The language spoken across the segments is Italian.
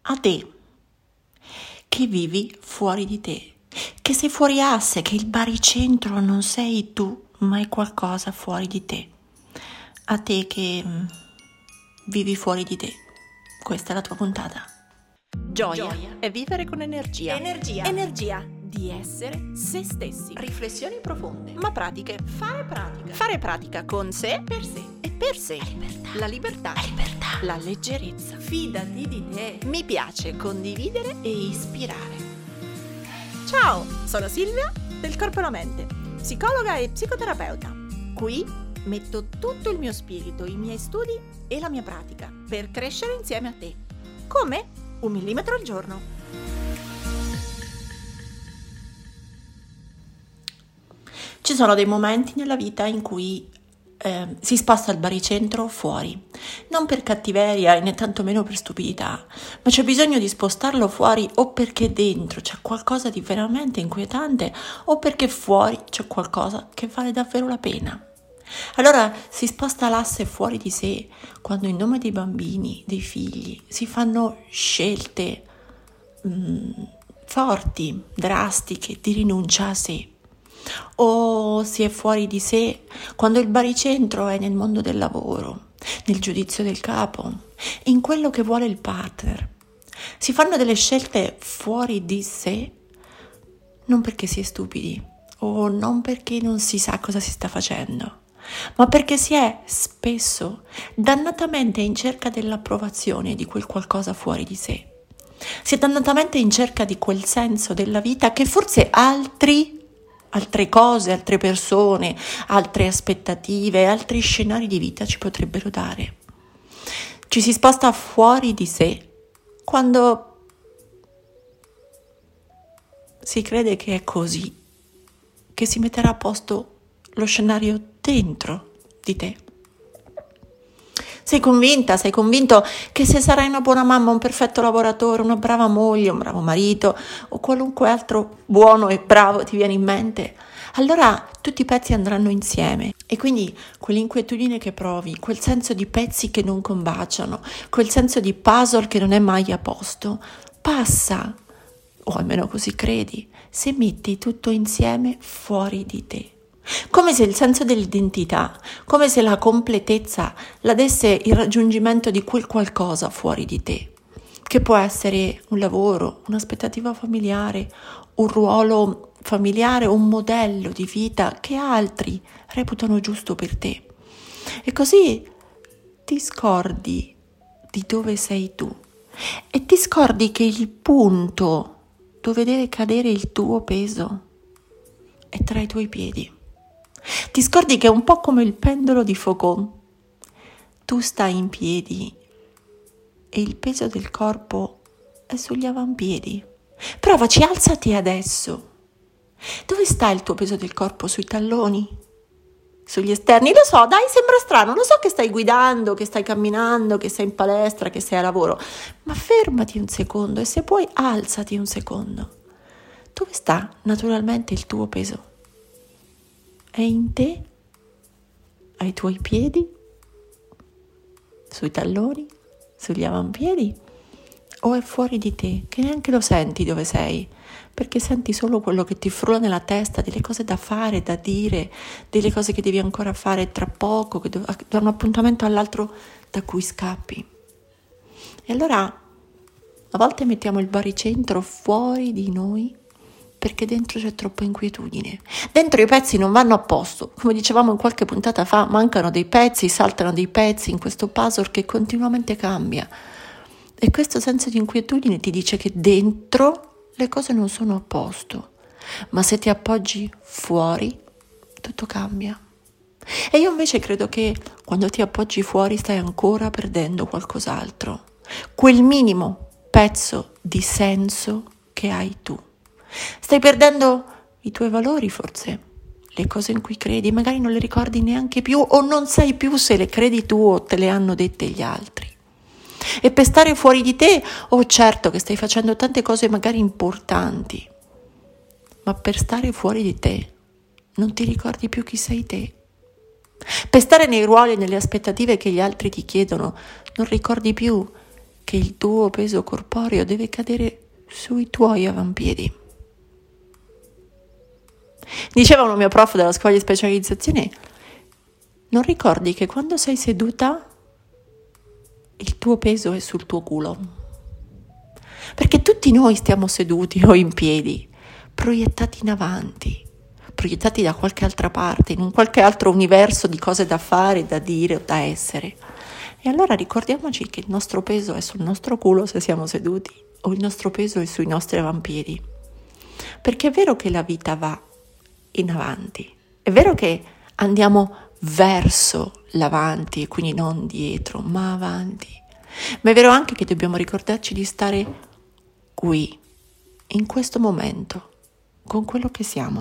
a te, che vivi fuori di te, che sei fuori asse, che il baricentro non sei tu, ma è qualcosa fuori di te. A te che vivi fuori di te. Questa è la tua puntata. Gioia è vivere con energia. Energia. Di essere se stessi. Riflessioni profonde. Ma pratiche. Fare pratica con sé, Per sé. e per sé. La libertà. La leggerezza. Fidati di te. Mi piace condividere. E ispirare. Ciao, sono Silvia del Corpo e la Mente, psicologa e psicoterapeuta. Qui metto tutto il mio spirito, i miei studi e la mia pratica per crescere insieme a te. Come? 1 millimetro al giorno. Ci sono dei momenti nella vita in cui si sposta il baricentro fuori, non per cattiveria né tantomeno per stupidità, ma c'è bisogno di spostarlo fuori o perché dentro c'è qualcosa di veramente inquietante o perché fuori c'è qualcosa che vale davvero la pena. Allora si sposta l'asse fuori di sé quando in nome dei bambini, dei figli, si fanno scelte forti, drastiche, di rinuncia a sé. O si è fuori di sé quando il baricentro è nel mondo del lavoro, nel giudizio del capo, in quello che vuole il partner. Si fanno delle scelte fuori di sé non perché si è stupidi o non perché non si sa cosa si sta facendo, ma perché si è spesso dannatamente in cerca dell'approvazione di quel qualcosa fuori di sé. Si è dannatamente in cerca di quel senso della vita che forse altre cose, altre persone, altre aspettative, altri scenari di vita ci potrebbero dare. Ci si sposta fuori di sé quando si crede che è così, che si metterà a posto lo scenario dentro di te. Sei convinto che se sarai una buona mamma, un perfetto lavoratore, una brava moglie, un bravo marito o qualunque altro buono e bravo ti viene in mente, allora tutti i pezzi andranno insieme e quindi quell'inquietudine che provi, quel senso di pezzi che non combaciano, quel senso di puzzle che non è mai a posto, passa, o almeno così credi, se metti tutto insieme fuori di te. Come se il senso dell'identità, come se la completezza la desse il raggiungimento di quel qualcosa fuori di te, che può essere un lavoro, un'aspettativa familiare, un ruolo familiare, un modello di vita che altri reputano giusto per te. E così ti scordi di dove sei tu e ti scordi che il punto dove deve cadere il tuo peso è tra i tuoi piedi. Ti scordi che è un po' come il pendolo di Foucault. Tu stai in piedi e il peso del corpo è sugli avampiedi. Provaci, alzati adesso. Dove sta il tuo peso del corpo? Sui talloni? Sugli esterni? Lo so, dai, sembra strano, lo so che stai guidando, che stai camminando, che sei in palestra, che sei a lavoro, ma fermati un secondo e se puoi alzati un secondo. Dove sta naturalmente il tuo peso? È in te? Ai tuoi piedi? Sui talloni? Sugli avampiedi? O è fuori di te, che neanche lo senti dove sei, perché senti solo quello che ti frulla nella testa, delle cose da fare, da dire, delle cose che devi ancora fare tra poco, da un appuntamento all'altro da cui scappi. E allora a volte mettiamo il baricentro fuori di noi perché dentro c'è troppa inquietudine. Dentro i pezzi non vanno a posto, come dicevamo in qualche puntata fa, mancano dei pezzi, saltano dei pezzi in questo puzzle che continuamente cambia. E questo senso di inquietudine ti dice che dentro le cose non sono a posto, ma se ti appoggi fuori tutto cambia. E io invece credo che quando ti appoggi fuori stai ancora perdendo qualcos'altro, quel minimo pezzo di senso che hai tu. Stai perdendo i tuoi valori forse, le cose in cui credi, magari non le ricordi neanche più o non sai più se le credi tu o te le hanno dette gli altri. E per stare fuori di te, certo che stai facendo tante cose magari importanti, ma per stare fuori di te non ti ricordi più chi sei te. Per stare nei ruoli e nelle aspettative che gli altri ti chiedono, non ricordi più che il tuo peso corporeo deve cadere sui tuoi avampiedi. Diceva un mio prof della scuola di specializzazione: non ricordi che quando sei seduta il tuo peso è sul tuo culo? Perché tutti noi stiamo seduti o in piedi, proiettati in avanti, proiettati da qualche altra parte, in un qualche altro universo di cose da fare, da dire o da essere. E allora ricordiamoci che il nostro peso è sul nostro culo se siamo seduti, o il nostro peso è sui nostri avampiedi. Perché è vero che la vita va in avanti, è vero che andiamo verso l'avanti e quindi non dietro, ma avanti. Ma è vero anche che dobbiamo ricordarci di stare qui, in questo momento, con quello che siamo.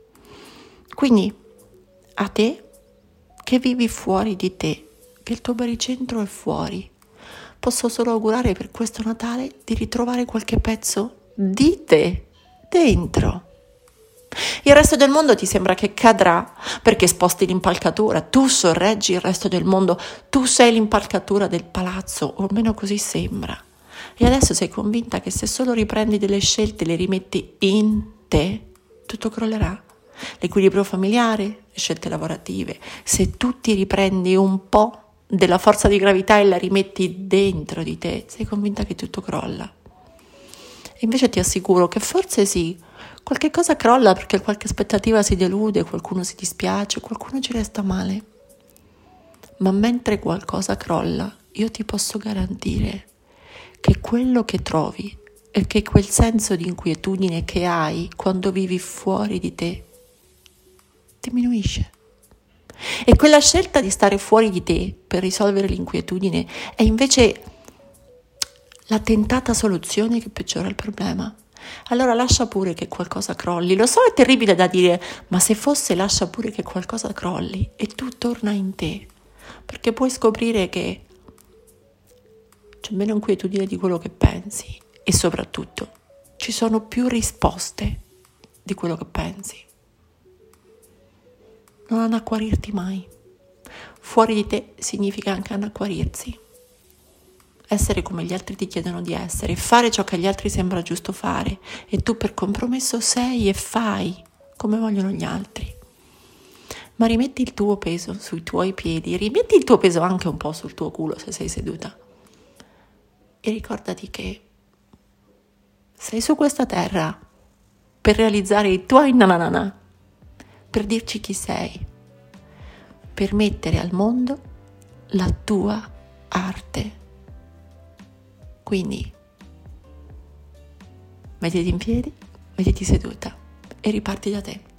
Quindi a te che vivi fuori di te, che il tuo baricentro è fuori, posso solo augurare per questo Natale di ritrovare qualche pezzo di te dentro. Il resto del mondo ti sembra che cadrà perché sposti l'impalcatura, tu sorreggi il resto del mondo, tu sei l'impalcatura del palazzo, o almeno così sembra. E adesso sei convinta che se solo riprendi delle scelte e le rimetti in te, tutto crollerà. L'equilibrio familiare, le scelte lavorative, se tu ti riprendi un po' della forza di gravità e la rimetti dentro di te, sei convinta che tutto crolla. E invece ti assicuro che forse sì, qualche cosa crolla perché qualche aspettativa si delude, qualcuno si dispiace, qualcuno ci resta male. Ma mentre qualcosa crolla, io ti posso garantire che quello che trovi è che quel senso di inquietudine che hai quando vivi fuori di te diminuisce. E quella scelta di stare fuori di te per risolvere l'inquietudine è invece la tentata soluzione che peggiora il problema. Allora lascia pure che qualcosa crolli. Lo so, è terribile da dire, ma se fosse lascia pure che qualcosa crolli e tu torna in te, perché puoi scoprire che c'è meno inquietudine di quello che pensi e soprattutto ci sono più risposte di quello che pensi. Non anacquarirti mai. Fuori di te significa anche anacquarirsi. Essere come gli altri ti chiedono di essere, fare ciò che agli altri sembra giusto fare e tu per compromesso sei e fai come vogliono gli altri. Ma rimetti il tuo peso sui tuoi piedi, rimetti il tuo peso anche un po' sul tuo culo se sei seduta. E ricordati che sei su questa terra per realizzare i tuoi nananana, per dirci chi sei, per mettere al mondo la tua arte. Quindi mettiti in piedi, mettiti seduta e riparti da te.